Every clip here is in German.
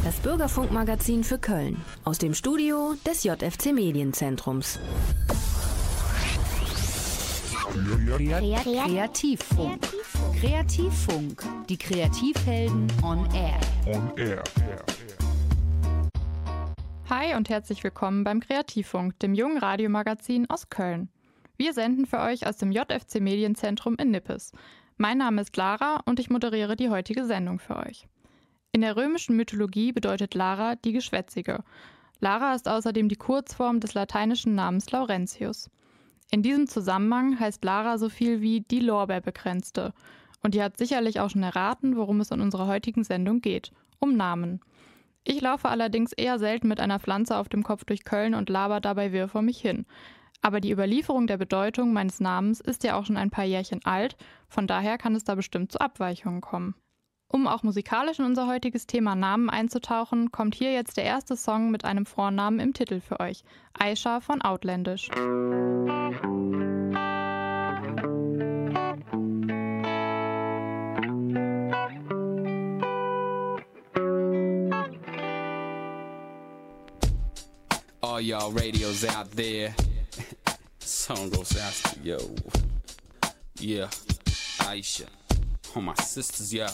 Das Bürgerfunkmagazin für Köln aus dem Studio des JFC Medienzentrums. Kreativfunk. Kreativfunk. Die Kreativhelden on Air. Hi und herzlich willkommen beim Kreativfunk, dem jungen Radiomagazin aus Köln. Wir senden für euch aus dem JFC Medienzentrum in Nippes. Mein Name ist Lara und ich moderiere die heutige Sendung für euch. In der römischen Mythologie bedeutet Lara die Geschwätzige. Lara ist außerdem die Kurzform des lateinischen Namens Laurentius. In diesem Zusammenhang heißt Lara so viel wie die Lorbeerbekränzte. Und ihr habt sicherlich auch schon erraten, worum es in unserer heutigen Sendung geht. Um Namen. Ich laufe allerdings eher selten mit einer Pflanze auf dem Kopf durch Köln und laber dabei wirr vor mich hin. Aber die Überlieferung der Bedeutung meines Namens ist ja auch schon ein paar Jährchen alt, von daher kann es da bestimmt zu Abweichungen kommen. Um auch musikalisch in unser heutiges Thema Namen einzutauchen, kommt hier jetzt der erste Song mit einem Vornamen im Titel für euch. Aisha von Outlandish. All y'all radios out there. Song goes out to yo. Yeah, Aisha. All my sisters, yeah.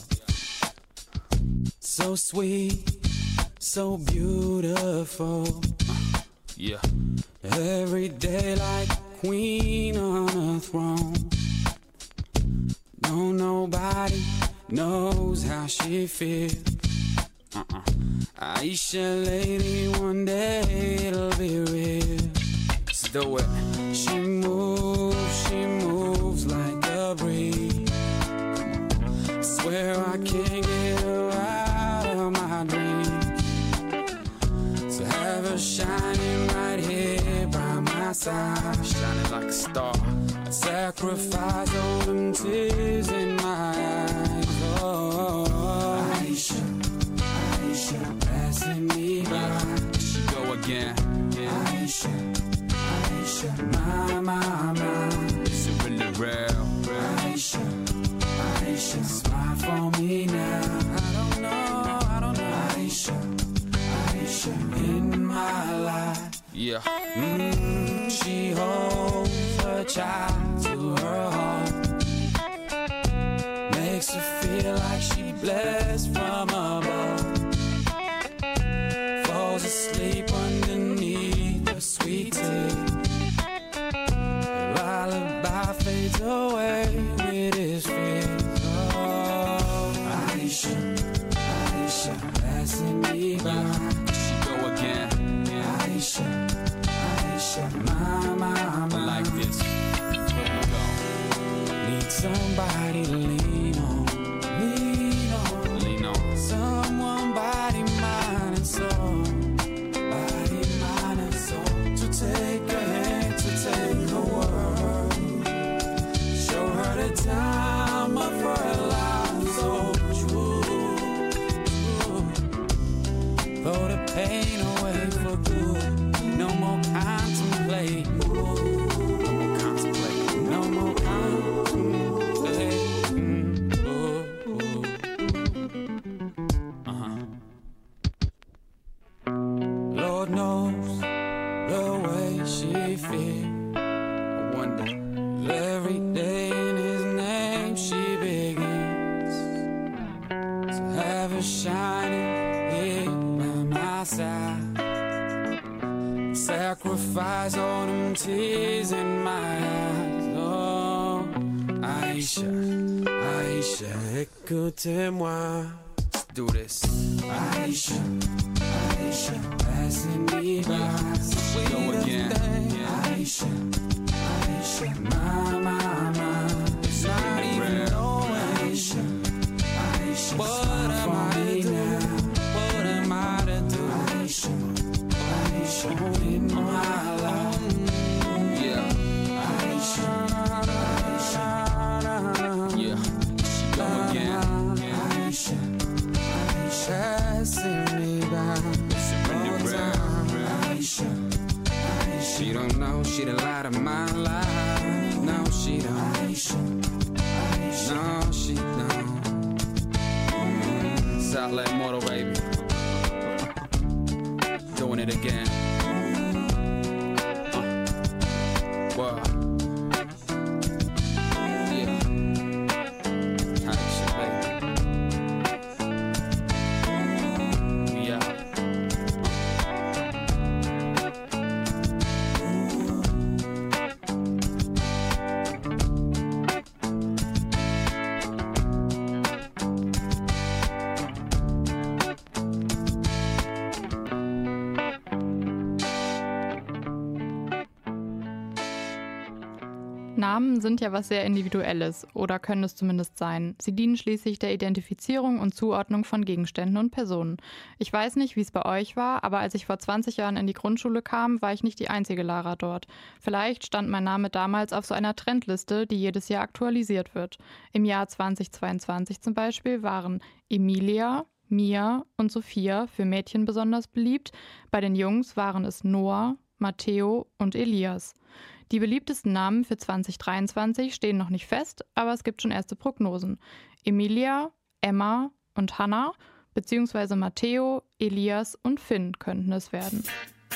So sweet, so beautiful. Yeah. Every day like queen on a throne. No, nobody knows how she feels. Aisha, lady, one day it'll be real. Let's do it. She moves like a breeze. I swear I can't get her out of my dreams. So have her shining right here by my side, shining like a star. I'd sacrifice all them tears in my eyes. Oh, Aisha, Aisha, passing me by. She go again. Yeah. Aisha, Aisha, my. Is it really real? Aisha, Aisha, smile for me now. I don't know. Aisha, Aisha, in my life. Yeah. She holds her child to her heart. Makes her feel like she blessed from above. Falls asleep underneath her sweet tea. Lullaby fades away with his fears. Oh, Aisha, Aisha, passing me by. She go again. Aisha, Aisha, my. Like this. Here we go. Need somebody to lean on. Lean on. Someone body, mind and soul. Body, mind and soul. To take a hand, to take a world. Show her the time of her life so true. Throw the pain away for good. No more contemplate. No more contemplate. No more contemplate. Lord knows the way she feels. I wonder every day in his name she begins. So have her shining here by my side. Sacrifice all them tears in my eyes. Oh, Aisha, Aisha, écoutez-moi. Let's do this. Aisha, Aisha, passing me by. We go again. Aisha, Aisha, my. It's not even knowing. Aisha, Aisha, what am I to do? What am I to do? Aisha, Aisha, in my life. Yeah. Aisha, Aisha, yeah. She go again. Aisha, Aisha, passing me by. Aisha, Aisha, she don't know she the light of my life. No, she don't. Aisha, Aisha, no, she don't. Southland Motor, baby. doing it again. Wow. Yeah. Action, baby. We out. Namen sind ja was sehr Individuelles oder können es zumindest sein. Sie dienen schließlich der Identifizierung und Zuordnung von Gegenständen und Personen. Ich weiß nicht, wie es bei euch war, aber als ich vor 20 Jahren in die Grundschule kam, war ich nicht die einzige Lara dort. Vielleicht stand mein Name damals auf so einer Trendliste, die jedes Jahr aktualisiert wird. Im Jahr 2022 zum Beispiel waren Emilia, Mia und Sophia für Mädchen besonders beliebt. Bei den Jungs waren es Noah, Matteo und Elias. Die beliebtesten Namen für 2023 stehen noch nicht fest, aber es gibt schon erste Prognosen. Emilia, Emma und Hannah bzw. Matteo, Elias und Finn könnten es werden.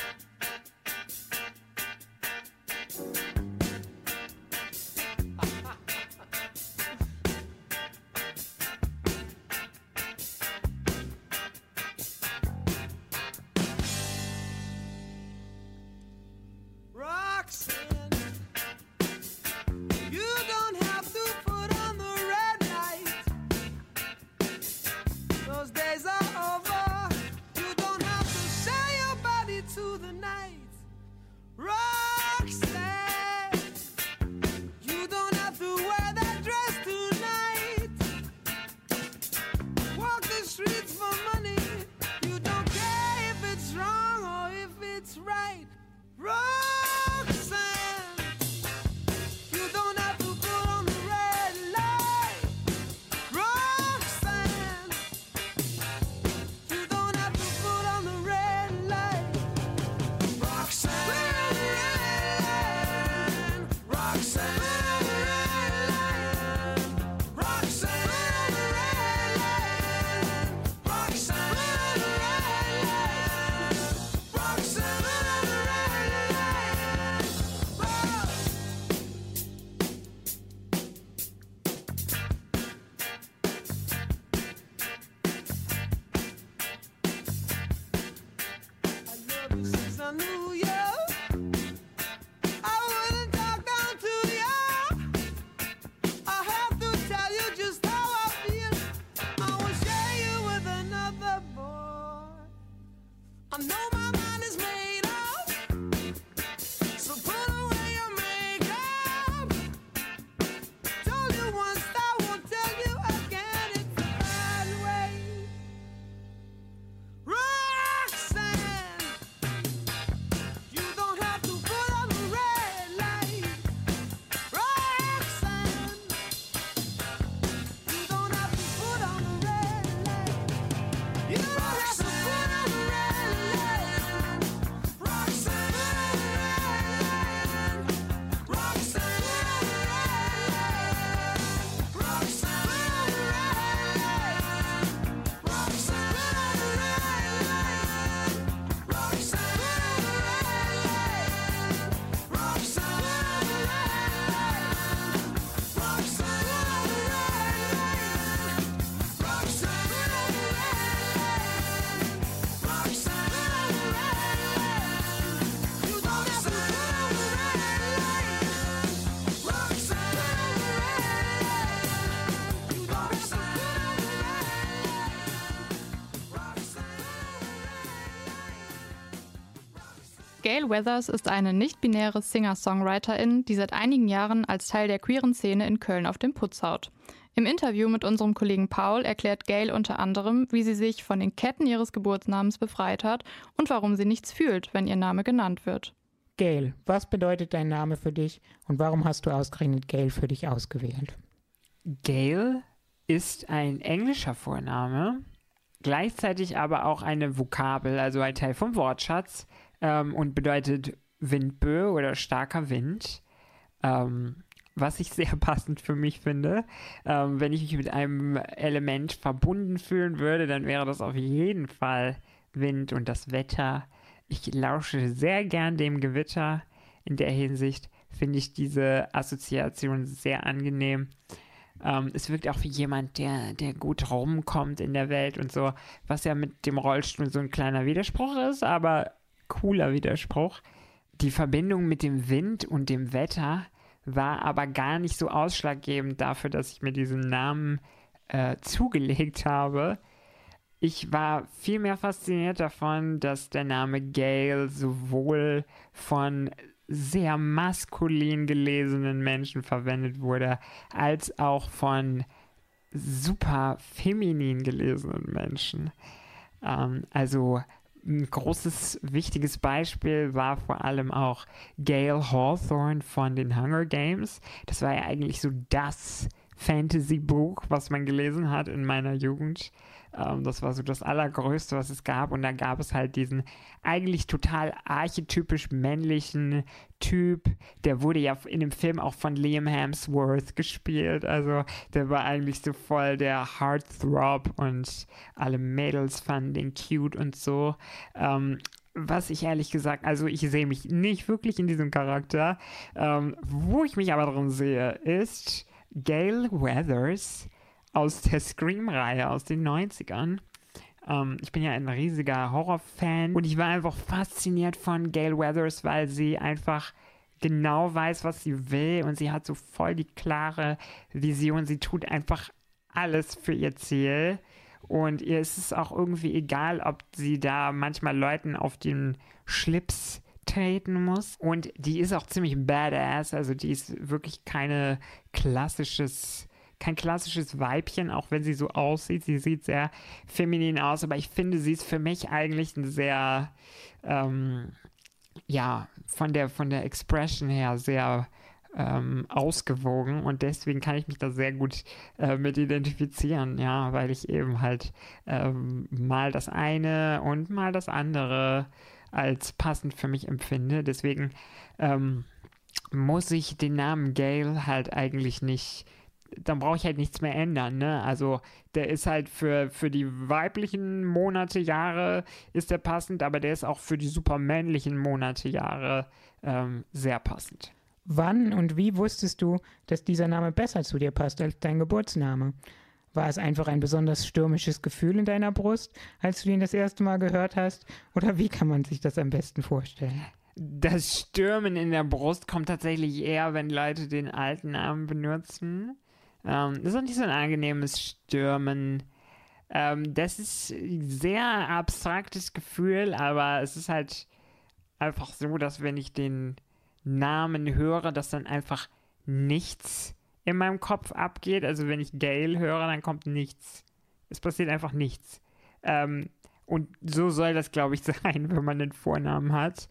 Gale Weathers ist eine nicht-binäre Singer-Songwriterin, die seit einigen Jahren als Teil der queeren Szene in Köln auf den Putz haut. Im Interview mit unserem Kollegen Paul erklärt Gale unter anderem, wie sie sich von den Ketten ihres Geburtsnamens befreit hat und warum sie nichts fühlt, wenn ihr Name genannt wird. Gale, was bedeutet dein Name für dich und warum hast du ausgerechnet Gale für dich ausgewählt? Gale ist ein englischer Vorname, gleichzeitig aber auch eine Vokabel, also ein Teil vom Wortschatz und bedeutet Windböe oder starker Wind, was ich sehr passend für mich finde. Wenn ich mich mit einem Element verbunden fühlen würde, dann wäre das auf jeden Fall Wind und das Wetter. Ich lausche sehr gern dem Gewitter. In der Hinsicht finde ich diese Assoziation sehr angenehm. Es wirkt auch wie jemand, der gut rumkommt in der Welt und so, was ja mit dem Rollstuhl so ein kleiner Widerspruch ist, aber cooler Widerspruch. Die Verbindung mit dem Wind und dem Wetter war aber gar nicht so ausschlaggebend dafür, dass ich mir diesen Namen zugelegt habe. Ich war viel mehr fasziniert davon, dass der Name Gail sowohl von sehr maskulin gelesenen Menschen verwendet wurde, als auch von super feminin gelesenen Menschen. Also ein großes, wichtiges Beispiel war vor allem auch Gail Hawthorne von den Hunger Games. Das war ja eigentlich so das Fantasy-Buch, was man gelesen hat in meiner Jugend. Das war so das Allergrößte, was es gab. Und da gab es halt diesen eigentlich total archetypisch männlichen Typ. Der wurde ja in dem Film auch von Liam Hemsworth gespielt. Also der war eigentlich so voll der Heartthrob und alle Mädels fanden den cute und so. Was ich ehrlich gesagt, also ich sehe mich nicht wirklich in diesem Charakter. Wo ich mich aber drin sehe, ist Gale Weathers aus der Scream-Reihe aus den 90ern. Ich bin ja ein riesiger Horrorfan und ich war einfach fasziniert von Gale Weathers, weil sie einfach genau weiß, was sie will und sie hat so voll die klare Vision. Sie tut einfach alles für ihr Ziel und ihr ist es auch irgendwie egal, ob sie da manchmal Leuten auf den Schlips treten muss. Und die ist auch ziemlich badass, also die ist wirklich kein klassisches Weibchen, auch wenn sie so aussieht. Sie sieht sehr feminin aus, aber ich finde, sie ist für mich eigentlich ein sehr, von der Expression her sehr ausgewogen und deswegen kann ich mich da sehr gut mit identifizieren, ja, weil ich eben halt mal das eine und mal das andere als passend für mich empfinde. Deswegen muss ich den Namen Gail halt eigentlich nicht, dann brauche ich halt nichts mehr ändern, ne? Also der ist halt für die weiblichen Monate, Jahre ist der passend, aber der ist auch für die super männlichen Monate, Jahre sehr passend. Wann und wie wusstest du, dass dieser Name besser zu dir passt als dein Geburtsname? War es einfach ein besonders stürmisches Gefühl in deiner Brust, als du ihn das erste Mal gehört hast? Oder wie kann man sich das am besten vorstellen? Das Stürmen in der Brust kommt tatsächlich eher, wenn Leute den alten Namen benutzen. Das ist auch nicht so ein angenehmes Stürmen. Das ist ein sehr abstraktes Gefühl, aber es ist halt einfach so, dass wenn ich den Namen höre, dass dann einfach nichts in meinem Kopf abgeht. Also wenn ich Gail höre, dann kommt nichts. Es passiert einfach nichts. Und so soll das, glaube ich, sein, wenn man den Vornamen hat.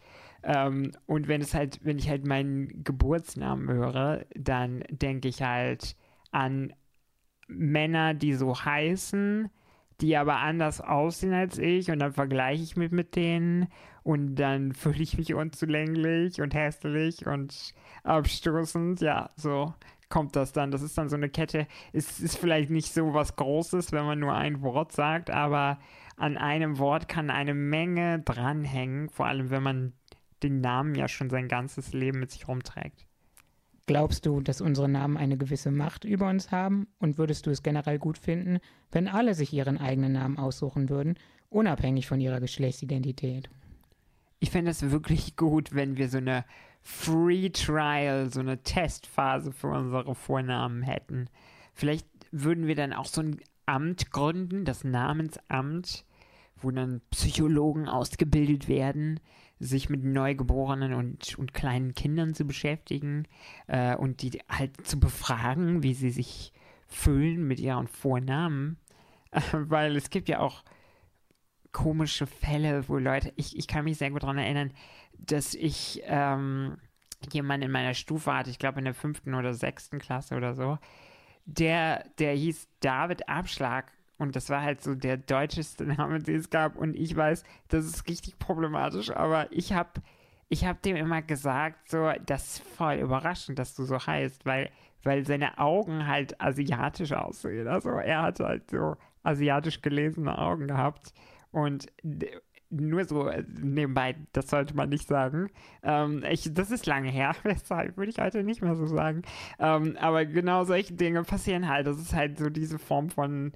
Und wenn ich halt meinen Geburtsnamen höre, dann denke ich halt an Männer, die so heißen, die aber anders aussehen als ich und dann vergleiche ich mich mit denen und dann fühle ich mich unzulänglich und hässlich und abstoßend. Ja, so kommt das dann. Das ist dann so eine Kette. Es ist vielleicht nicht so was Großes, wenn man nur ein Wort sagt, aber an einem Wort kann eine Menge dranhängen, vor allem wenn man den Namen ja schon sein ganzes Leben mit sich rumträgt. Glaubst du, dass unsere Namen eine gewisse Macht über uns haben? Und würdest du es generell gut finden, wenn alle sich ihren eigenen Namen aussuchen würden, unabhängig von ihrer Geschlechtsidentität? Ich fände es wirklich gut, wenn wir so eine Free Trial, so eine Testphase für unsere Vornamen hätten. Vielleicht würden wir dann auch so ein Amt gründen, das Namensamt, wo dann Psychologen ausgebildet werden, sich mit Neugeborenen und kleinen Kindern zu beschäftigen und die halt zu befragen, wie sie sich fühlen mit ihren Vornamen. Weil es gibt ja auch komische Fälle, wo Leute, ich kann mich sehr gut daran erinnern, dass ich jemanden in meiner Stufe hatte, ich glaube in der 5. oder 6. Klasse oder so, der hieß David Abschlag. Und das war halt so der deutscheste Name, den es gab. Und ich weiß, das ist richtig problematisch, aber ich hab dem immer gesagt, so, das ist voll überraschend, dass du so heißt, weil seine Augen halt asiatisch aussehen. Also er hatte halt so asiatisch gelesene Augen gehabt. Und nur so nebenbei, das sollte man nicht sagen. Das ist lange her, deshalb würde ich heute nicht mehr so sagen. Aber genau solche Dinge passieren halt. Das ist halt so diese Form von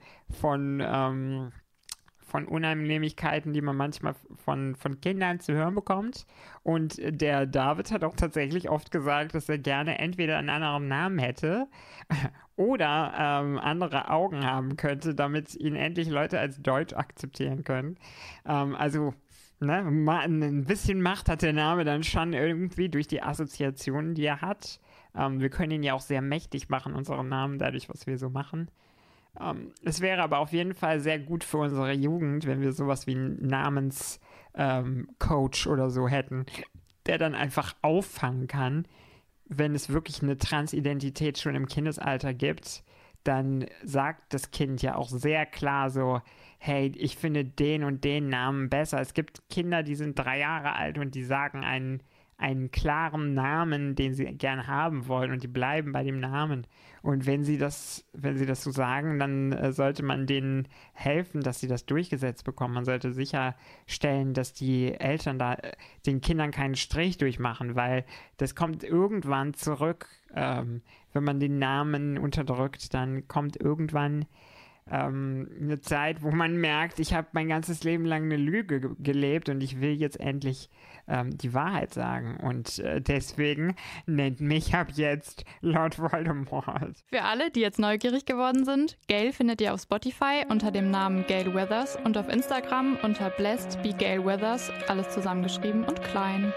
Unannehmlichkeiten, die man manchmal von Kindern zu hören bekommt. Und der David hat auch tatsächlich oft gesagt, dass er gerne entweder einen anderen Namen hätte oder andere Augen haben könnte, damit ihn endlich Leute als Deutsch akzeptieren können. Ein bisschen Macht hat der Name dann schon irgendwie durch die Assoziationen, die er hat. Wir können ihn ja auch sehr mächtig machen, unseren Namen, dadurch, was wir so machen. Es wäre aber auf jeden Fall sehr gut für unsere Jugend, wenn wir sowas wie einen Namenscoach oder so hätten, der dann einfach auffangen kann, wenn es wirklich eine Transidentität schon im Kindesalter gibt, dann sagt das Kind ja auch sehr klar so, hey, ich finde den und den Namen besser. Es gibt Kinder, die sind 3 Jahre alt und die sagen einen klaren Namen, den sie gerne haben wollen, und die bleiben bei dem Namen. Und wenn sie das so sagen, dann sollte man denen helfen, dass sie das durchgesetzt bekommen. Man sollte sicherstellen, dass die Eltern da den Kindern keinen Strich durchmachen, weil das kommt irgendwann zurück. Wenn man den Namen unterdrückt, dann kommt irgendwann eine Zeit, wo man merkt, ich habe mein ganzes Leben lang eine Lüge gelebt und ich will jetzt endlich die Wahrheit sagen. Und deswegen nennt mich ab jetzt Lord Voldemort. Für alle, die jetzt neugierig geworden sind, Gail findet ihr auf Spotify unter dem Namen Gail Weathers und auf Instagram unter Blessed Be Gail Weathers, alles zusammengeschrieben und klein.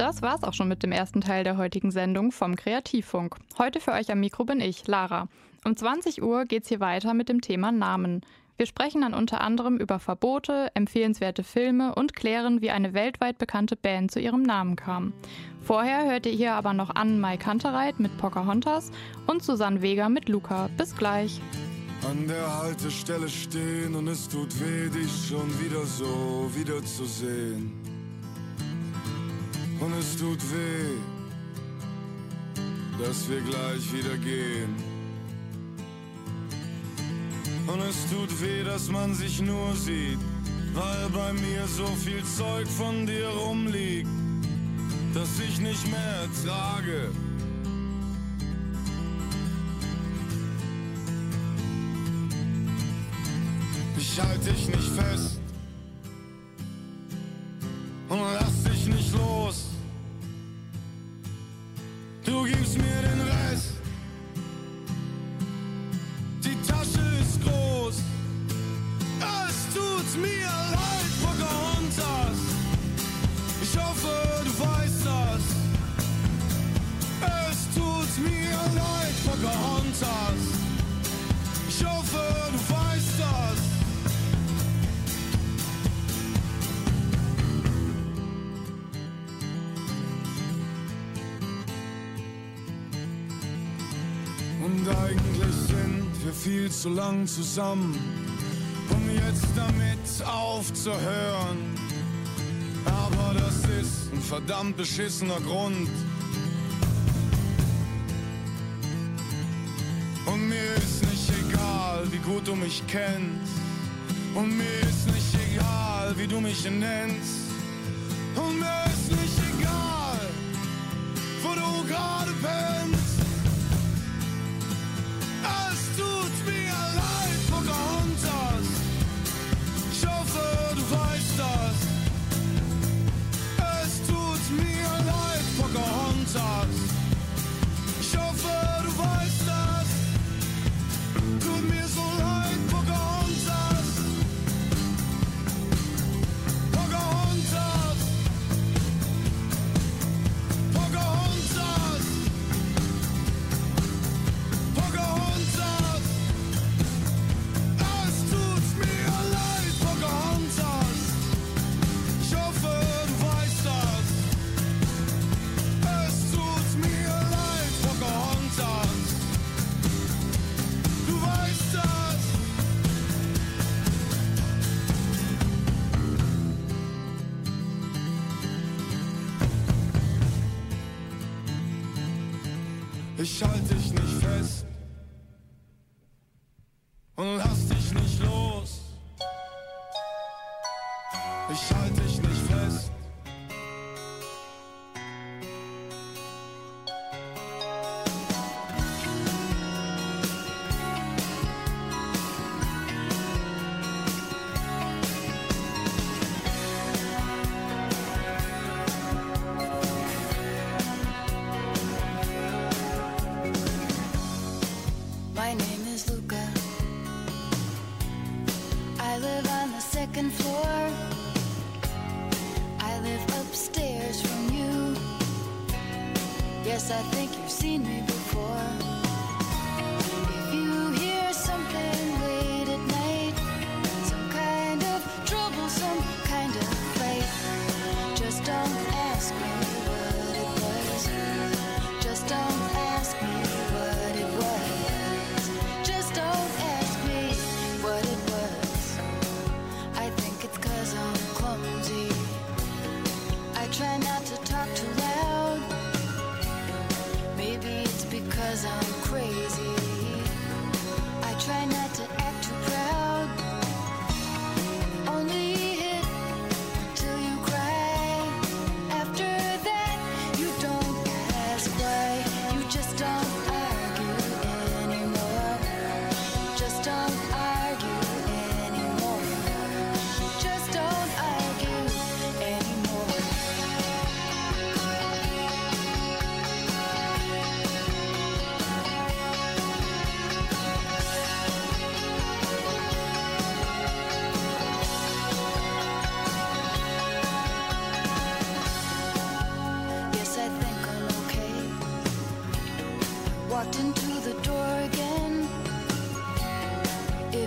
Das war's auch schon mit dem ersten Teil der heutigen Sendung vom Kreativfunk. Heute für euch am Mikro bin ich, Lara. Um 20 Uhr geht's hier weiter mit dem Thema Namen. Wir sprechen dann unter anderem über Verbote, empfehlenswerte Filme und klären, wie eine weltweit bekannte Band zu ihrem Namen kam. Vorher hört ihr hier aber noch Anne-Mai Kantereit mit Pocahontas und Susanne Vega mit Luca. Bis gleich. An der Haltestelle stehen und es tut weh, dich schon wieder so wiederzusehen. Und es tut weh, dass wir gleich wieder gehen. Und es tut weh, dass man sich nur sieht, weil bei mir so viel Zeug von dir rumliegt, das ich nicht mehr ertrage. Ich halte dich nicht fest und lass dich nicht los. Du gibst mir den Rest. Die Tasche ist groß. Es tut mir leid, Pocahontas. Ich hoffe, du weißt das. Es tut mir leid, Pocahontas. Ich hoffe, du weißt das. Und eigentlich sind wir viel zu lang zusammen, um jetzt damit aufzuhören. Aber das ist ein verdammt beschissener Grund. Und mir ist nicht egal, wie gut du mich kennst. Und mir ist nicht egal, wie du mich nennst. Und mir ist nicht egal, wo du gerade pennst. Es tut mir leid, Pocahontas. Ich hoffe, du weißt das. Es tut mir leid, Pocahontas. Ich hoffe, du weißt das. Tut mir so leid, Pocahontas. Pocahontas. Pocahontas. Pocahontas. Es tut mir leid, Pocahontas. Ich hoffe, du weißt das. Es tut mir leid, Pocahontas. Du weißt das. Ich halte dich nicht fest und lass dich nicht los. Ich halte dich nicht fest. My name is Luca. I live on the second floor. I live upstairs from you. Yes, I think you've seen me before. If you hear something late at night, some kind of trouble, some kind of fight, just don't ask me what it was. Just don't ask me what it was. Just don't ask me what it was. I think it's 'cause I'm clumsy. I try not to talk too loud. Maybe it's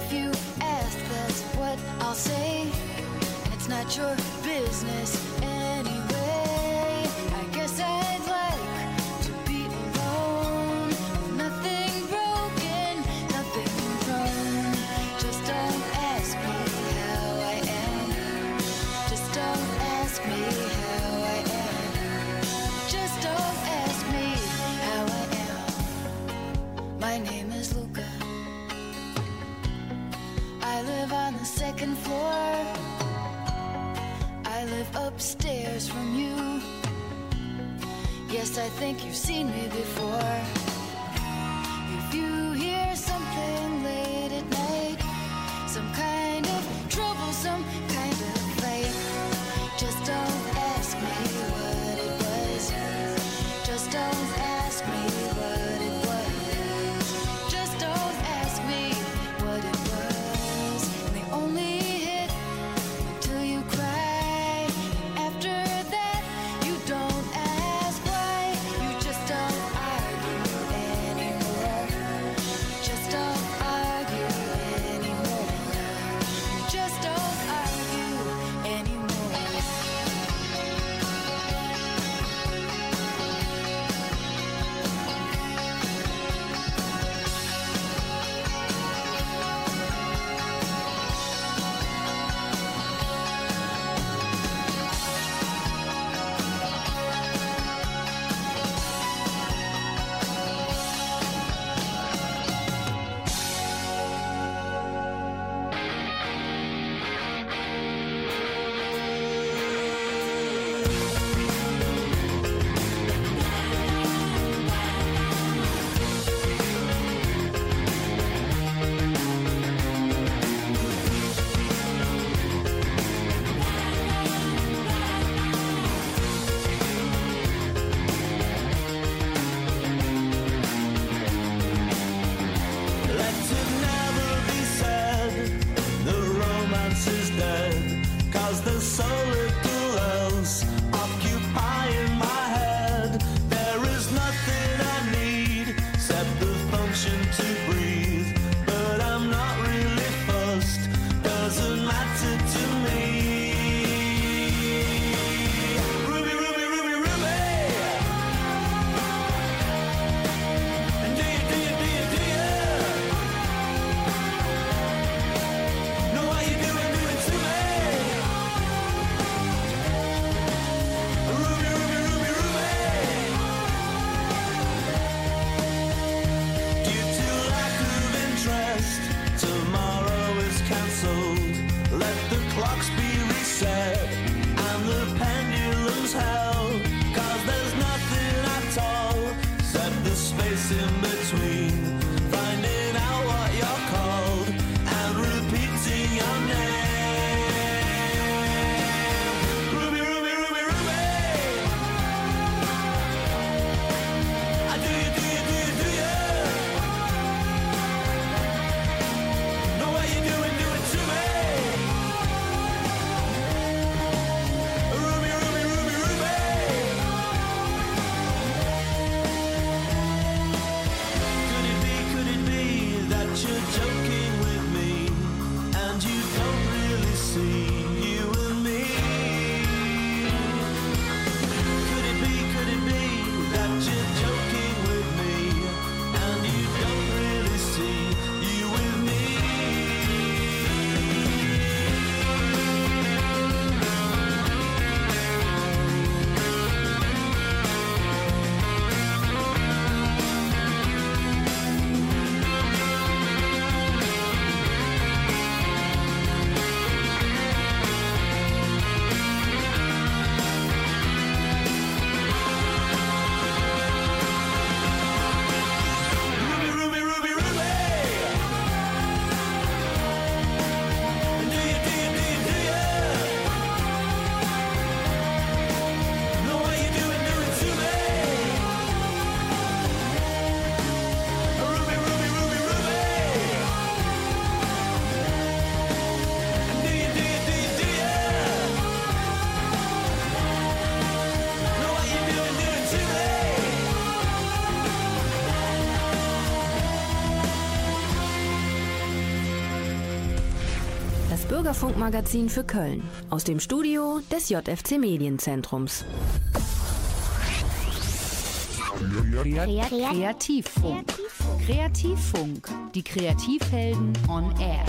If you ask, that's what I'll say. And it's not your business anyway. I guess I'd like to be alone. Nothing broken, nothing wrong. Just don't ask me how I am. Just don't ask me how I am. Just don't ask me how I am. My name is Luca. I live on the second floor. I live upstairs from you. Yes, I think you've seen me before. If you hear something late at night, some kind of trouble, some kind of fight, just don't ask me what it was. Just don't ask me what it was. Just don't ask me what it was. And they only hit until you cry. And after that, you don't ask why. You just don't argue Das Bürgerfunkmagazin für Köln aus dem Studio des JFC Medienzentrums. Kreativfunk. Kreativfunk. Die Kreativhelden on Air.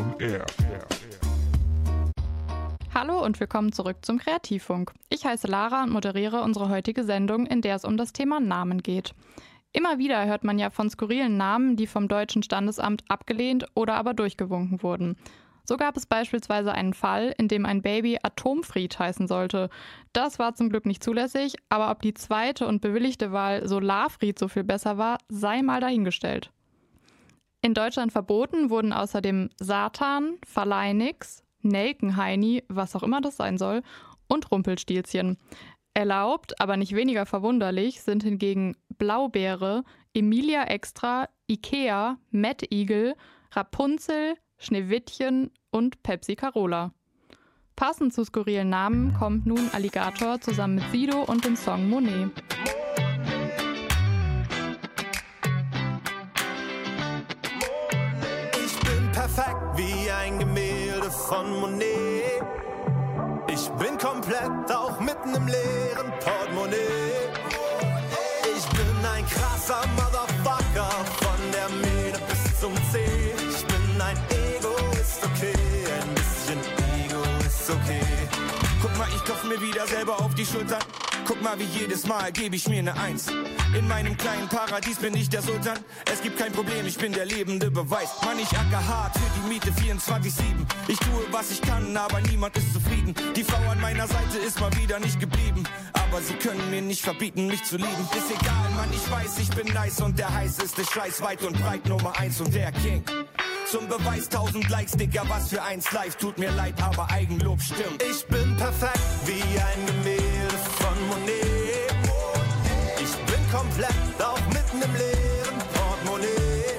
Hallo und willkommen zurück zum Kreativfunk. Ich heiße Lara und moderiere unsere heutige Sendung, in der es um das Thema Namen geht. Immer wieder hört man ja von skurrilen Namen, die vom Deutschen Standesamt abgelehnt oder aber durchgewunken wurden. So gab es beispielsweise einen Fall, in dem ein Baby Atomfried heißen sollte. Das war zum Glück nicht zulässig, aber ob die zweite und bewilligte Wahl Solarfried so viel besser war, sei mal dahingestellt. In Deutschland verboten wurden außerdem Satan, Verleinix, Nelkenheini, was auch immer das sein soll, und Rumpelstilzchen. Erlaubt, aber nicht weniger verwunderlich, sind hingegen Blaubeere, Emilia Extra, Ikea, Mad Eagle, Rapunzel, Schneewittchen und Pepsi Carola. Passend zu skurrilen Namen kommt nun Alligator zusammen mit Sido und dem Song Monet. Ich bin perfekt wie ein Gemälde von Monet. Ich bin komplett, auch mitten im leeren Portemonnaie. Ich bin ein krasser Motherfucker, von der Mähne bis zum C. Ich bin ein Egoist, okay, ein bisschen Ego ist okay. Guck mal, ich klopf mir wieder selber auf die Schultern. Guck mal, wie jedes Mal gebe ich mir eine Eins. In meinem kleinen Paradies bin ich der Sultan. Es gibt kein Problem, ich bin der lebende Beweis. Mann, ich acker hart für die Miete 24/7. Ich tue, was ich kann, aber niemand ist zufrieden. Die Frau an meiner Seite ist mal wieder nicht geblieben. Aber sie können mir nicht verbieten, mich zu lieben. Ist egal, Mann, ich weiß, ich bin nice und der heißeste Scheiß weit und breit Nummer 1 und der King. Zum Beweis 1000 Likes, Digga, was für eins live. Tut mir leid, aber Eigenlob stimmt. Ich bin perfekt wie ein Gemälde von Monet. Ich bin komplett, auch mitten im leeren Portemonnaie.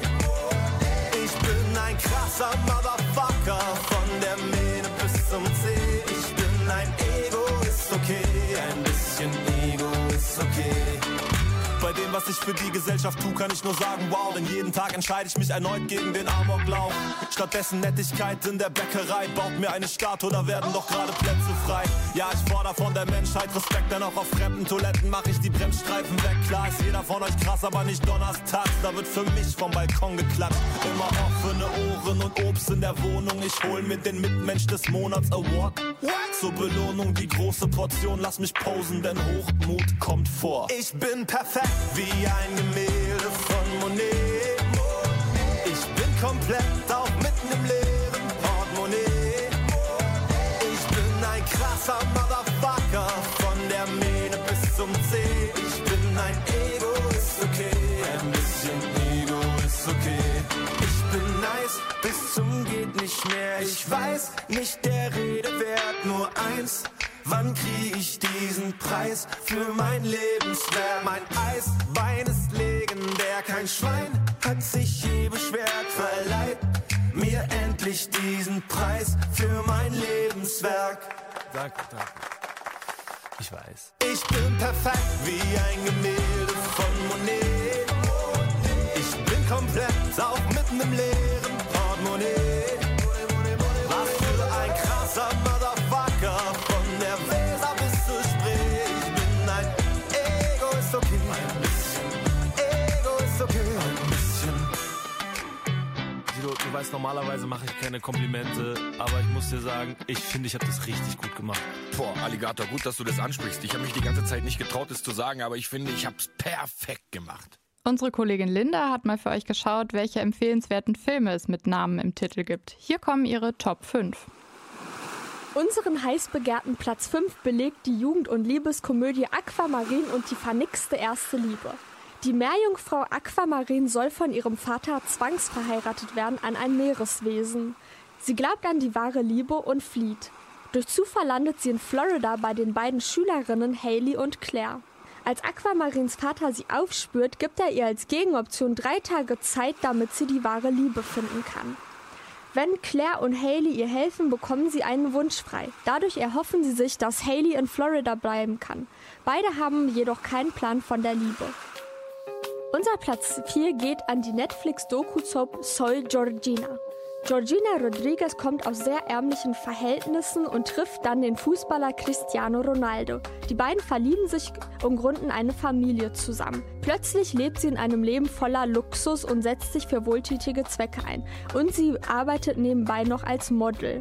Ich bin ein krasser Motherfucker, von der Mähne bis zum C. Ich bin ein Egoist, okay, ein bisschen Ego ist okay. Bei dem, was ich für die Gesellschaft tue, kann ich nur sagen, wow, denn jeden Tag entscheide ich mich erneut gegen den Amoklauf. Stattdessen Nettigkeit in der Bäckerei, baut mir eine Statue, da werden doch gerade Plätze frei. Ja, ich fordere von der Menschheit Respekt, denn auch auf fremden Toiletten mache ich die Bremsstreifen weg. Klar ist jeder von euch krass, aber nicht donnerstags, da wird für mich vom Balkon geklatscht. Immer offene Ohren und Obst in der Wohnung, ich hol mir den Mitmensch des Monats Award. Zur Belohnung die große Portion, lass mich posen, denn Hochmut kommt vor. Ich bin perfekt wie ein Gemälde von Monet. Ich bin komplett, auch mitten im leeren Portemonnaie. Ich bin ein krasser Motherfucker, von der Mähne bis zum C. Ich bin ein Egoist, okay, ein bisschen Ego ist okay. Ich bin nice, bis zum geht nicht mehr. Ich weiß nicht der Rede wert, nur eins. Wann krieg ich diesen Preis für mein Lebenswerk? Mein Eisbein ist legendär, kein Schwein hat sich je beschwert. Verleiht mir endlich diesen Preis für mein Lebenswerk. Danke. Ich weiß. Ich bin perfekt wie ein Gemälde von Monet. Ich bin komplett, auch mitten im leeren Portemonnaie. Was für ein krasser Motherfucker, von der Weser bis zur Spree. Ich bin ein Ego ist okay, ein bisschen Ego ist okay, ein bisschen. Sido, du weißt, normalerweise mache ich keine Komplimente, aber ich muss dir sagen, ich finde, ich habe das richtig gut gemacht. Boah, Alligator, gut, dass du das ansprichst. Ich habe mich die ganze Zeit nicht getraut, das zu sagen, aber ich finde, ich habe es perfekt gemacht. Unsere Kollegin Linda hat mal für euch geschaut, welche empfehlenswerten Filme es mit Namen im Titel gibt. Hier kommen ihre Top 5. Unseren heiß begehrten Platz 5 belegt die Jugend- und Liebeskomödie Aquamarin und die vernickste erste Liebe. Die Meerjungfrau Aquamarin soll von ihrem Vater zwangsverheiratet werden an ein Meereswesen. Sie glaubt an die wahre Liebe und flieht. Durch Zufall landet sie in Florida bei den beiden Schülerinnen Hailey und Claire. Als Aquamarins Vater sie aufspürt, gibt er ihr als Gegenoption 3 Tage Zeit, damit sie die wahre Liebe finden kann. Wenn Claire und Hailey ihr helfen, bekommen sie einen Wunsch frei. Dadurch erhoffen sie sich, dass Hailey in Florida bleiben kann. Beide haben jedoch keinen Plan von der Liebe. Unser Platz 4 geht an die Netflix-Doku-Soap Soy Georgina. Georgina Rodriguez kommt aus sehr ärmlichen Verhältnissen und trifft dann den Fußballer Cristiano Ronaldo. Die beiden verlieben sich und gründen eine Familie zusammen. Plötzlich lebt sie in einem Leben voller Luxus und setzt sich für wohltätige Zwecke ein. Und sie arbeitet nebenbei noch als Model.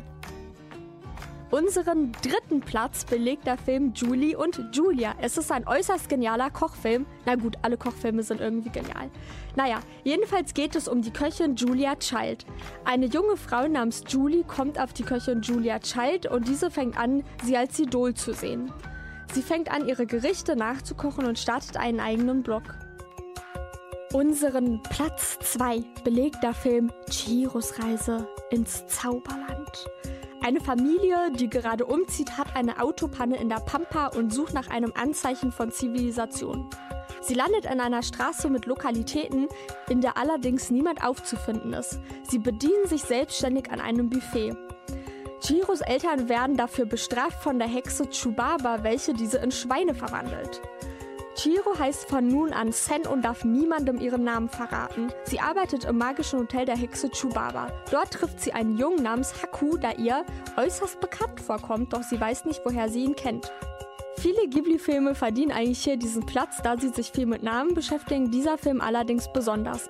Unseren 3. Platz belegt der Film Julie und Julia. Es ist ein äußerst genialer Kochfilm. Na gut, alle Kochfilme sind irgendwie genial. Naja, jedenfalls geht es um die Köchin Julia Child. Eine junge Frau namens Julie kommt auf die Köchin Julia Child und diese fängt an, sie als Idol zu sehen. Sie fängt an, ihre Gerichte nachzukochen und startet einen eigenen Blog. Unseren Platz 2 belegt der Film Chihiros Reise ins Zauberland. Eine Familie, die gerade umzieht, hat eine Autopanne in der Pampa und sucht nach einem Anzeichen von Zivilisation. Sie landet in einer Straße mit Lokalitäten, in der allerdings niemand aufzufinden ist. Sie bedienen sich selbstständig an einem Buffet. Chihiros Eltern werden dafür bestraft von der Hexe Chubaba, welche diese in Schweine verwandelt. Chihiro heißt von nun an Sen und darf niemandem ihren Namen verraten. Sie arbeitet im magischen Hotel der Hexe Chubaba. Dort trifft sie einen Jungen namens Haku, der ihr äußerst bekannt vorkommt, doch sie weiß nicht, woher sie ihn kennt. Viele Ghibli-Filme verdienen eigentlich hier diesen Platz, da sie sich viel mit Namen beschäftigen, dieser Film allerdings besonders.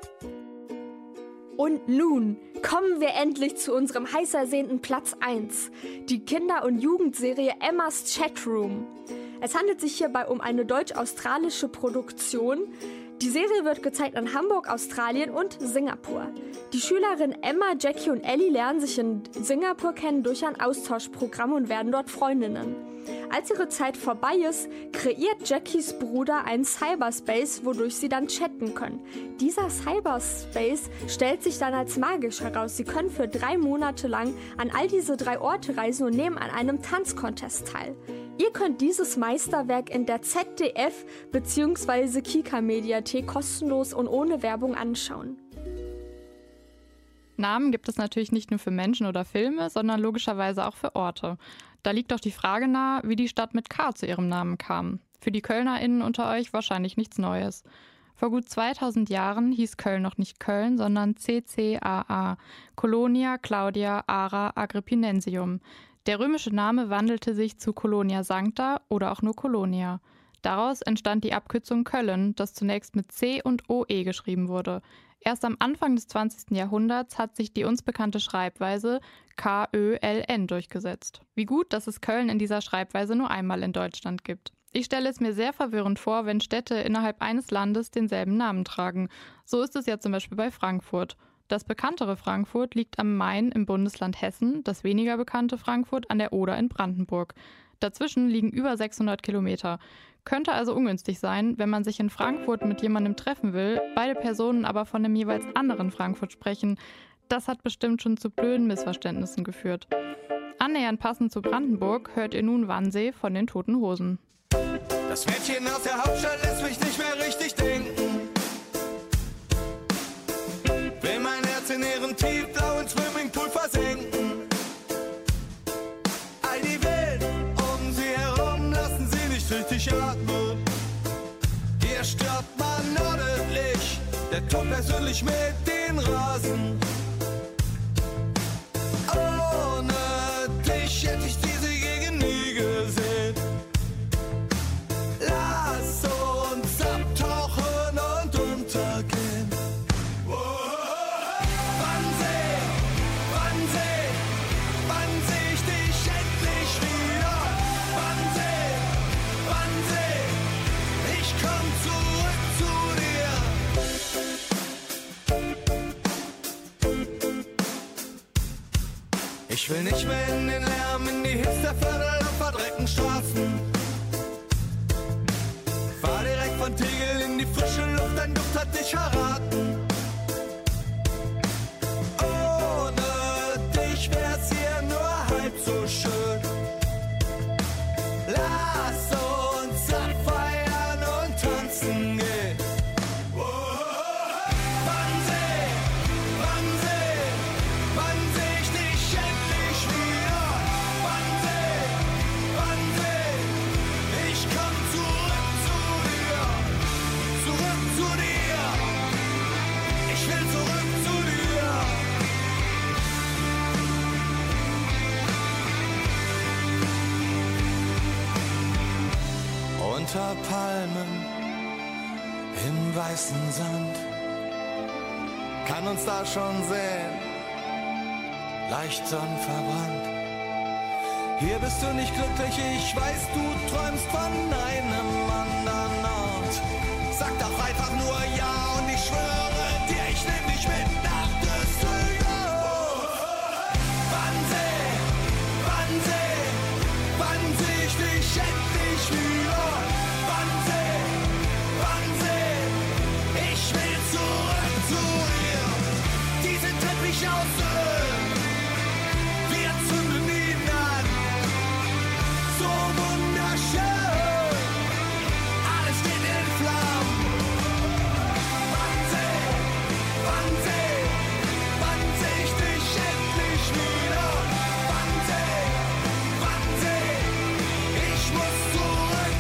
Und nun kommen wir endlich zu unserem heiß ersehnten Platz 1, die Kinder- und Jugendserie Emmas Chatroom. Es handelt sich hierbei um eine deutsch-australische Produktion. Die Serie wird gezeigt in Hamburg, Australien und Singapur. Die Schülerinnen Emma, Jackie und Ellie lernen sich in Singapur kennen durch ein Austauschprogramm und werden dort Freundinnen. Als ihre Zeit vorbei ist, kreiert Jackies Bruder einen Cyberspace, wodurch sie dann chatten können. Dieser Cyberspace stellt sich dann als magisch heraus. Sie können für 3 Monate lang an all diese 3 Orte reisen und nehmen an einem Tanzcontest teil. Ihr könnt dieses Meisterwerk in der ZDF bzw. Kika-Mediathek kostenlos und ohne Werbung anschauen. Namen gibt es natürlich nicht nur für Menschen oder Filme, sondern logischerweise auch für Orte. Da liegt doch die Frage nahe, wie die Stadt mit K zu ihrem Namen kam. Für die KölnerInnen unter euch wahrscheinlich nichts Neues. Vor gut 2000 Jahren hieß Köln noch nicht Köln, sondern CCAA, Colonia Claudia Ara Agrippinensium. Der römische Name wandelte sich zu Colonia Sancta oder auch nur Colonia. Daraus entstand die Abkürzung Köln, das zunächst mit C und OE geschrieben wurde. Erst am Anfang des 20. Jahrhunderts hat sich die uns bekannte Schreibweise KÖLN durchgesetzt. Wie gut, dass es Köln in dieser Schreibweise nur einmal in Deutschland gibt. Ich stelle es mir sehr verwirrend vor, wenn Städte innerhalb eines Landes denselben Namen tragen. So ist es ja zum Beispiel bei Frankfurt. Das bekanntere Frankfurt liegt am Main im Bundesland Hessen, das weniger bekannte Frankfurt an der Oder in Brandenburg. Dazwischen liegen über 600 Kilometer. Könnte also ungünstig sein, wenn man sich in Frankfurt mit jemandem treffen will, beide Personen aber von dem jeweils anderen Frankfurt sprechen. Das hat bestimmt schon zu blöden Missverständnissen geführt. Annähernd passend zu Brandenburg hört ihr nun Wannsee von den Toten Hosen. Das Mädchen aus der Hauptstadt lässt mich nicht mehr richtig denken. Will mein Herz in ihren tiefblauen Swimmingpool versenken. All die Welt um sie herum lassen sie nicht richtig atmen. Hier stirbt man ordentlich, der Tod persönlich mit den Rasen. Ohne dich hätte ich diese Gegend nie gesehen. Lass uns abtauchen und untergehen. Wannsee, Wannsee, wann seh ich dich endlich wieder? Wannsee, Wannsee, ich komm zurück zu dir. Ich will nicht mehr in den Lärm, in die Hipsterviertel und verdreckten Straßen. Fahr direkt von Tegel in die frische Luft, dein Duft hat dich verraten. Ohne dich wär's hier nur halb so schön. Lass uns abfeiern und tanzen gehen. Wannsee, Wannsee, wann seh ich dich endlich wieder? Wannsee, Wannsee, ich komm zurück zu dir. Zurück zu dir. Ich will zurück zu dir. unter Palmen im weißen Sand. Kann uns da schon sehen, leicht sonnenverbrannt. Hier bist du nicht glücklich, ich weiß, du träumst von einem anderen Ort. Sag doch einfach nur ja und ich schwöre dir, ich nehm dich mit nach Düsseldorf. Wann seh ich dich endlich wieder? Wann seh ich will zurück zu dir. Diese Teppich aus Öl, wir zünden ihn an. So wunderschön, alles steht in Flammen. Wann seh ich dich endlich wieder? Wann seh ich muss zurück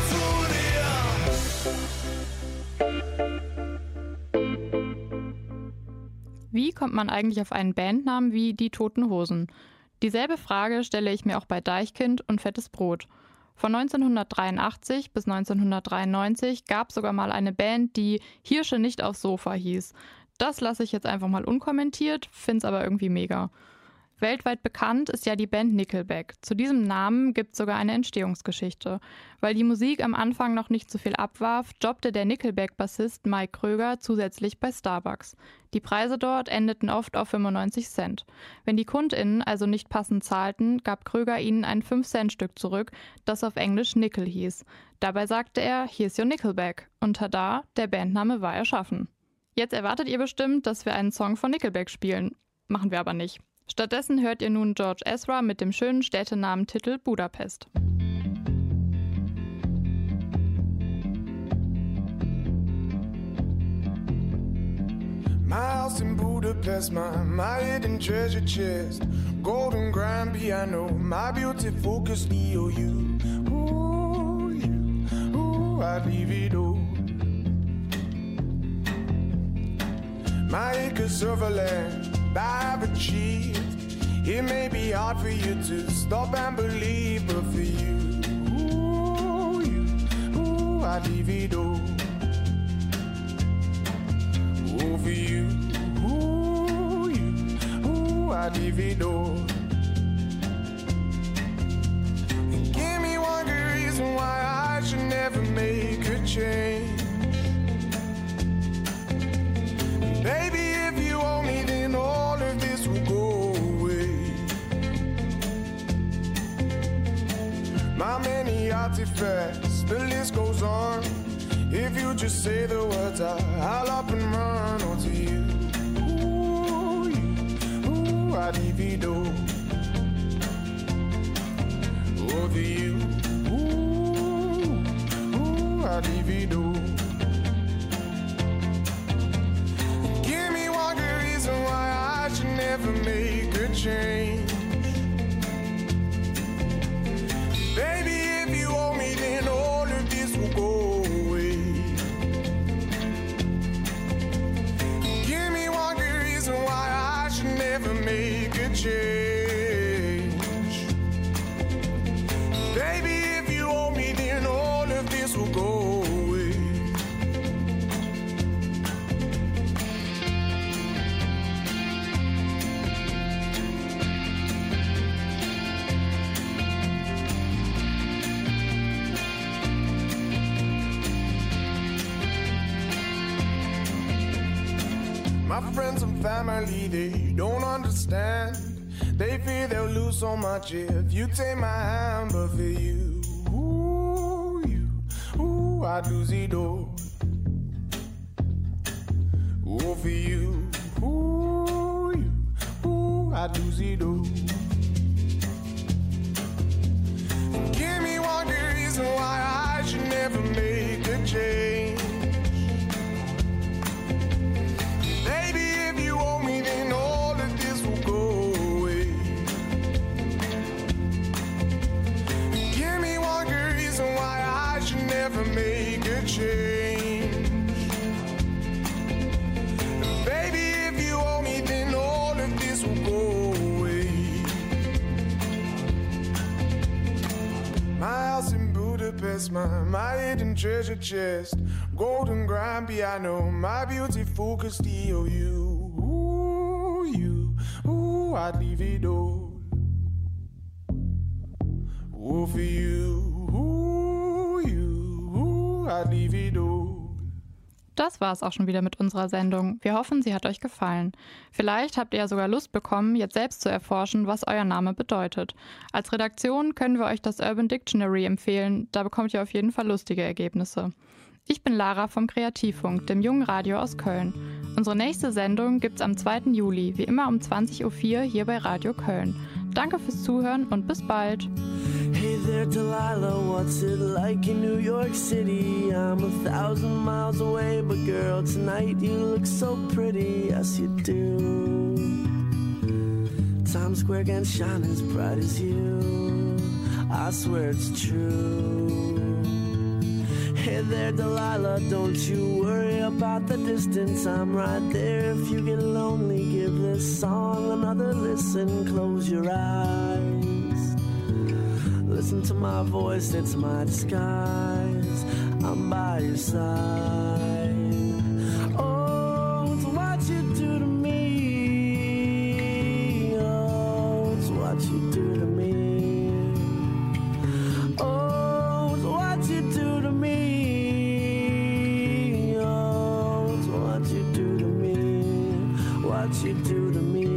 zu dir. Wie kommt man eigentlich auf einen Bandnamen wie Die Toten Hosen? Dieselbe Frage stelle ich mir auch bei Deichkind und Fettes Brot. Von 1983 bis 1993 gab es sogar mal eine Band, die Hirsche nicht aufs Sofa hieß. Das lasse ich jetzt einfach mal unkommentiert, find's aber irgendwie mega. Weltweit bekannt ist ja die Band Nickelback. Zu diesem Namen gibt es sogar eine Entstehungsgeschichte. Weil die Musik am Anfang noch nicht so viel abwarf, jobbte der Nickelback-Bassist Mike Kröger zusätzlich bei Starbucks. Die Preise dort endeten oft auf 95 Cent. Wenn die KundInnen also nicht passend zahlten, gab Kröger ihnen ein 5-Cent-Stück zurück, das auf Englisch Nickel hieß. Dabei sagte er, here's your Nickelback. Und tada, der Bandname war erschaffen. Jetzt erwartet ihr bestimmt, dass wir einen Song von Nickelback spielen. Machen wir aber nicht. Stattdessen hört ihr nun George Ezra mit dem schönen Städtenamentitel Budapest. My house in Budapest, my hidden treasure chest, golden grand piano, my beauty focus EOU. Ooh, I'd leave it all. My acres of land I've achieved. It may be hard for you to stop and believe, but for you, I'd leave it all. Oh, for you, I'd leave it all. And give me one good reason why I should never make a change. Baby, if you owe me, then all of this will go away. My many artifacts, the list goes on. If you just say the words, I'll up and run onto you. Ooh, I'd leave it all. Over you. Ooh, I'd leave it all. Why I should never make a change. Baby, if you owe me, then all of this will go away. Give me one good reason why I should never make a change. Baby, if you owe me, then all of this will go away. My friends and family, they don't understand. They fear they'll lose so much if you take my hand. But for you, I'd lose it all. Oh, for you, I'd lose it all. Give me one good reason why I should never make a change. Baby, if you owe me, then all of this will go away. best, my hidden treasure chest, golden grand piano, my beautiful Castillo. You, I'd leave it all. Oh, for you, I'd leave it all. Das war es auch schon wieder mit unserer Sendung. Wir hoffen, sie hat euch gefallen. Vielleicht habt ihr ja sogar Lust bekommen, jetzt selbst zu erforschen, was euer Name bedeutet. Als Redaktion können wir euch das Urban Dictionary empfehlen. Da bekommt ihr auf jeden Fall lustige Ergebnisse. Ich bin Lara vom Kreativfunk, dem jungen Radio aus Köln. Unsere nächste Sendung gibt's am 2. Juli, wie immer um 20.04 Uhr hier bei Radio Köln. Danke fürs Zuhören und bis bald. Hey there, Delilah, what's it like in New York City? I'm 1,000 miles away, but girl, tonight you look so pretty, yes you do. Times Square can't shine as bright as you, I swear it's true. Hey there, Delilah, don't you worry about the distance, I'm right there. If you get lonely, give this song another listen, close your eyes. Listen to my voice, it's my disguise, I'm by your side. Oh, it's what you do to me, oh, it's what you do to me. Oh, it's what you do to me, oh, it's what you do to me, what you do to me.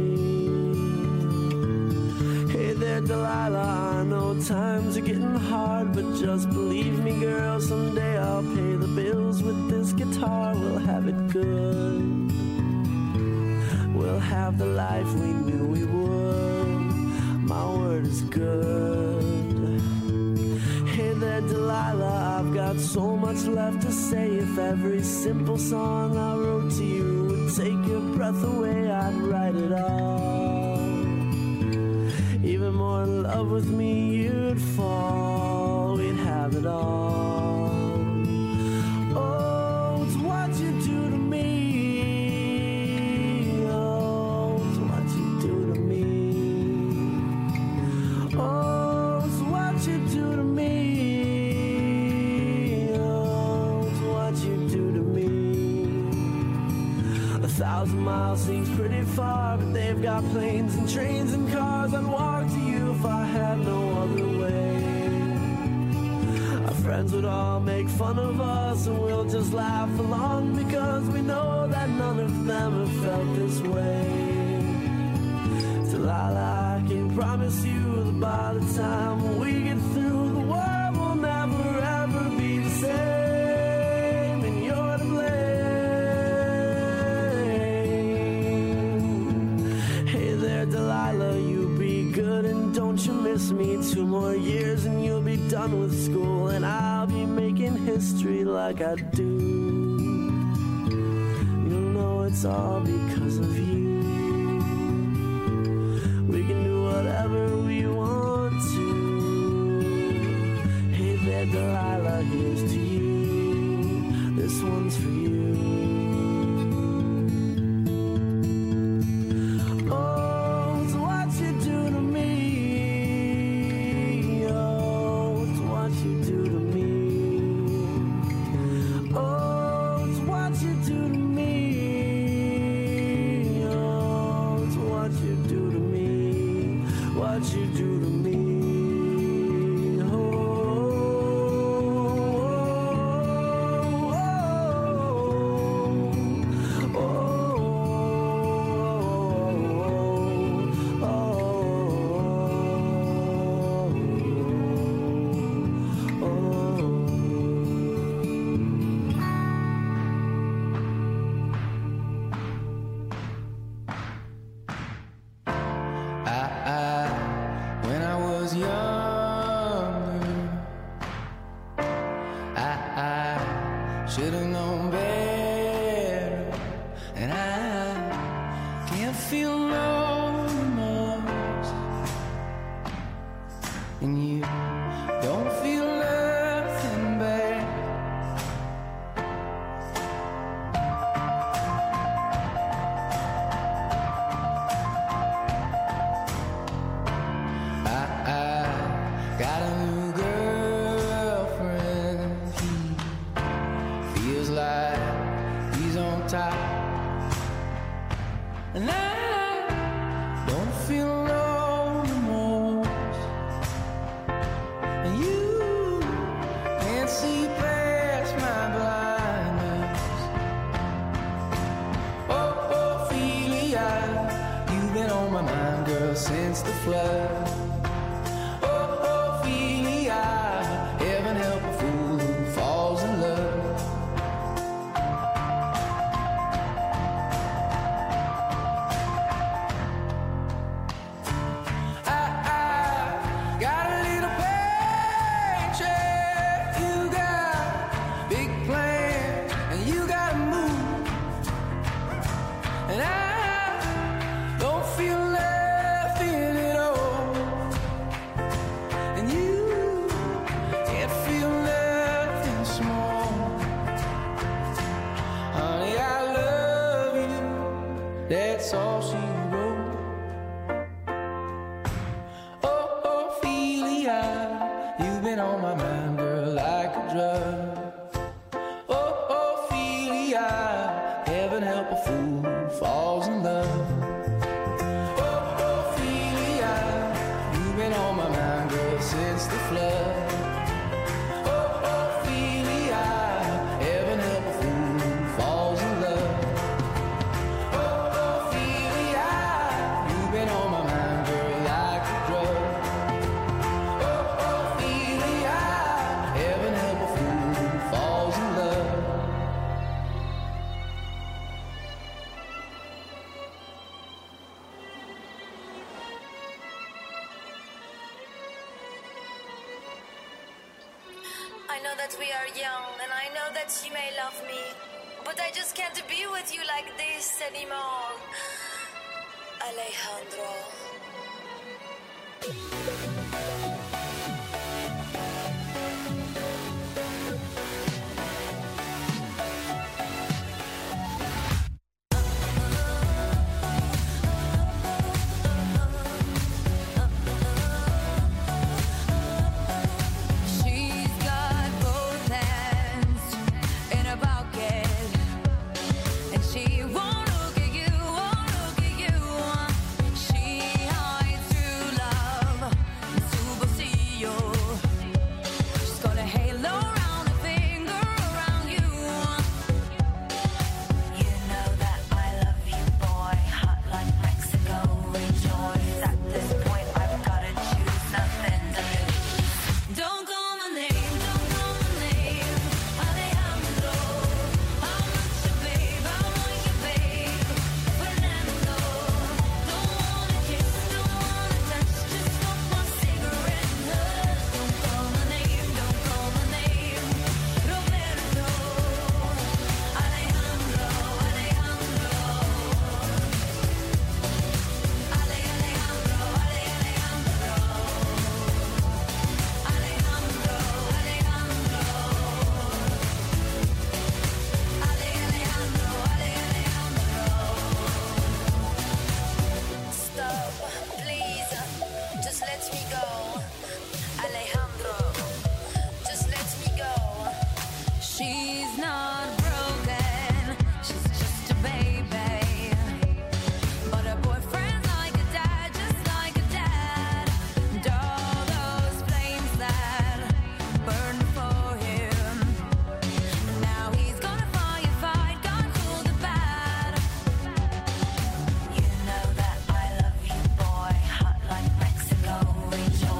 Hey there, Delilah, I know times are getting hard, but just believe me, girl, someday I'll pay the bills with this guitar. We'll have it good, we'll have the life we knew we would, my word is good. Hey there, Delilah, I've got so much left to say. If every simple song I wrote to you would take your breath away, I'd write it all. Even more in love with me you'd fall, we'd have it all. Oh, it's what you do to me, oh, it's what you do to me. Oh, it's what you do to me, oh, it's what you do to me. 1,000 miles seems pretty far, but they've got planes and trains and cars. I'd walk to you if I had no other way. Our friends would all make fun of us, and we'll just laugh along, because we know that none of them have felt this way. Delilah, I can promise you that by the time we get through, the world will never ever be the same, and you're to blame. Hey there, Delilah, you be good and don't you miss me. 2 more years and you'll be done with school, and I'll be making history like I do. You'll know it's all because of you. We can do whatever we want to. Hey there, Delilah, here's to you. This one's for you. Oh, it's what you do to me. Oh, it's what you do to me. Oh, it's what you do to me. Oh, it's what you do to me. What you do to me. When I was younger, I should have known better, and I can't feel no remorse, and you don't feel nothing bad. I got a new girlfriend. love. Oh, Ophelia, heaven help a fool who falls in love. I got a little paycheck, you got big plans, and you gotta move. And I don't feel nothing at all. And you can't feel nothing small. Honey, I love you, that's all she wrote. Oh, Ophelia, you've been on my mind, girl, like a drug. Oh, Ophelia, heaven help a fool who falls in love. Oh, Ophelia, you've been on my mind, girl, since the flood. Oh, Ophelia, heaven help a fool who falls in love. Oh, Ophelia, you've been on my mind, girl, like a drug. Oh, Ophelia, heaven help a fool who falls in love. I know that we are young, and I know that you may love me, but I just can't be with you like this anymore. Alejandro. She's got both hands in a pocket, and she won't look at you, won't look at you. She hides true love in superstition. She's got a halo around her finger, around you. You know that I love you, boy. Hot like Mexico, rejoice. At this point, I've gotta choose nothing to lose. Don't call my name, don't call my name, Alejandro. I'm not your babe, I want your babe, Fernando. Don't wanna kiss, don't wanna touch, just smoke my cigarette and hush. Don't call my name, don't call my name, Roberto, Alejandro, Alejandro. Alejandro, Alejandro. Stop, please. Just let me go. Alejandro, just let me go. She's not broken, she's just a baby. But her boyfriend's like a dad, just like a dad. And all those flames that burned for him, now he's gonna firefight, gonna cool the bad. You know that I love you, boy. Hot like Mexico, rejoice.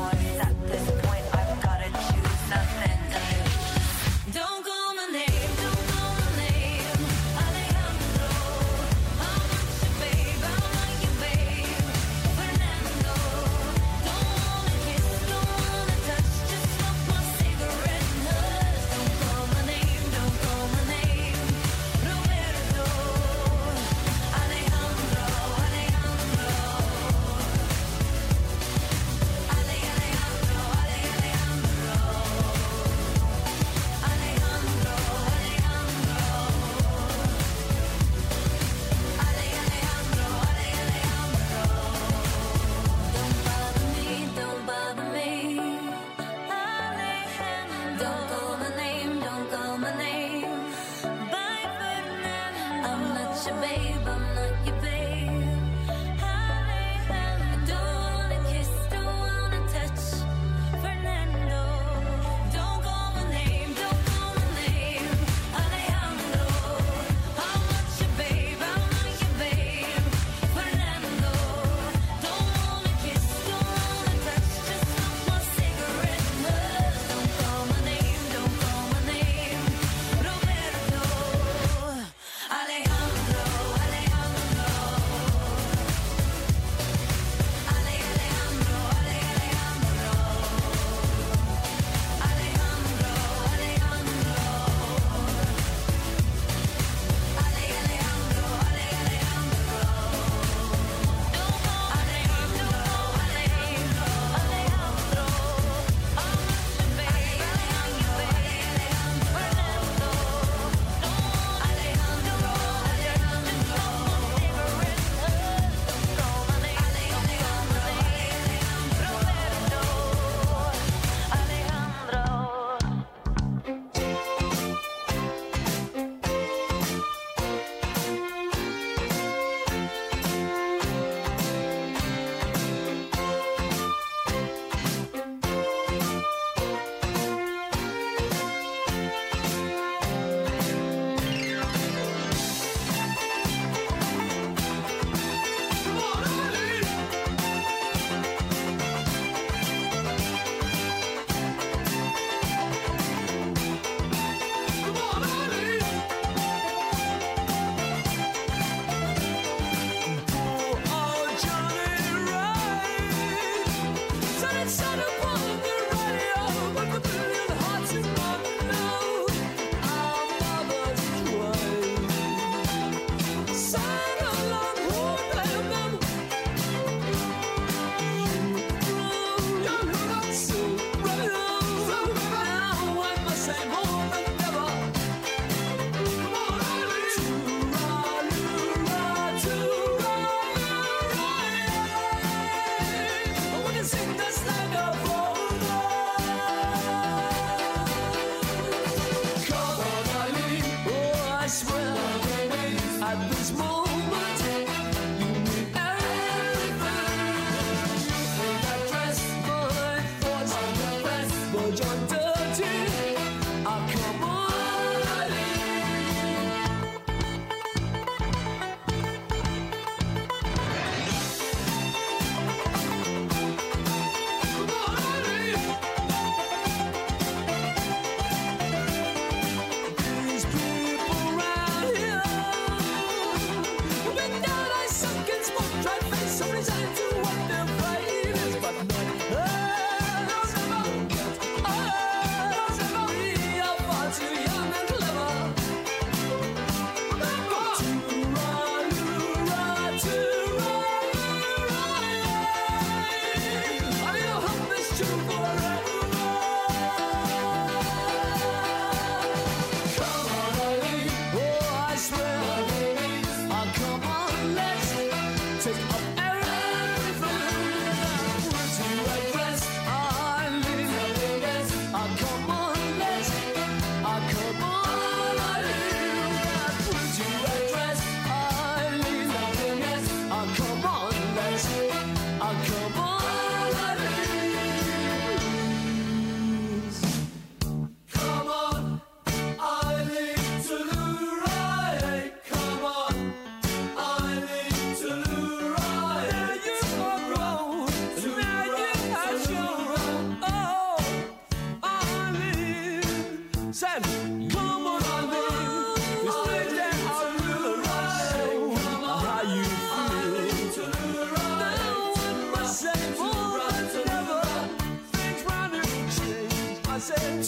Said, come on, Eileen, this thing that I really know how you feel. Now in my same forever, things round and change. I said,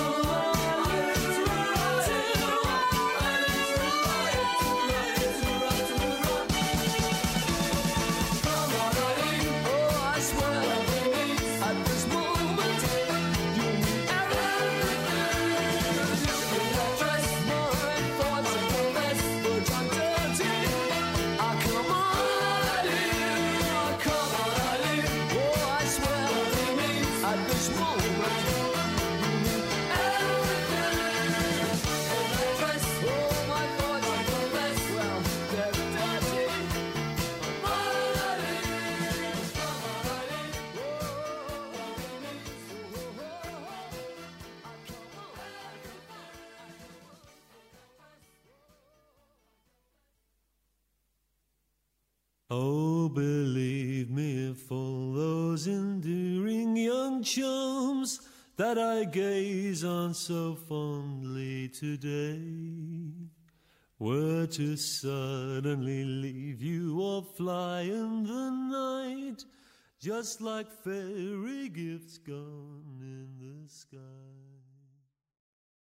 Oh, believe me, for those enduring young charms that I gaze on so fondly today were to suddenly leave you or fly in the night, just like fairy gifts gone in the sky.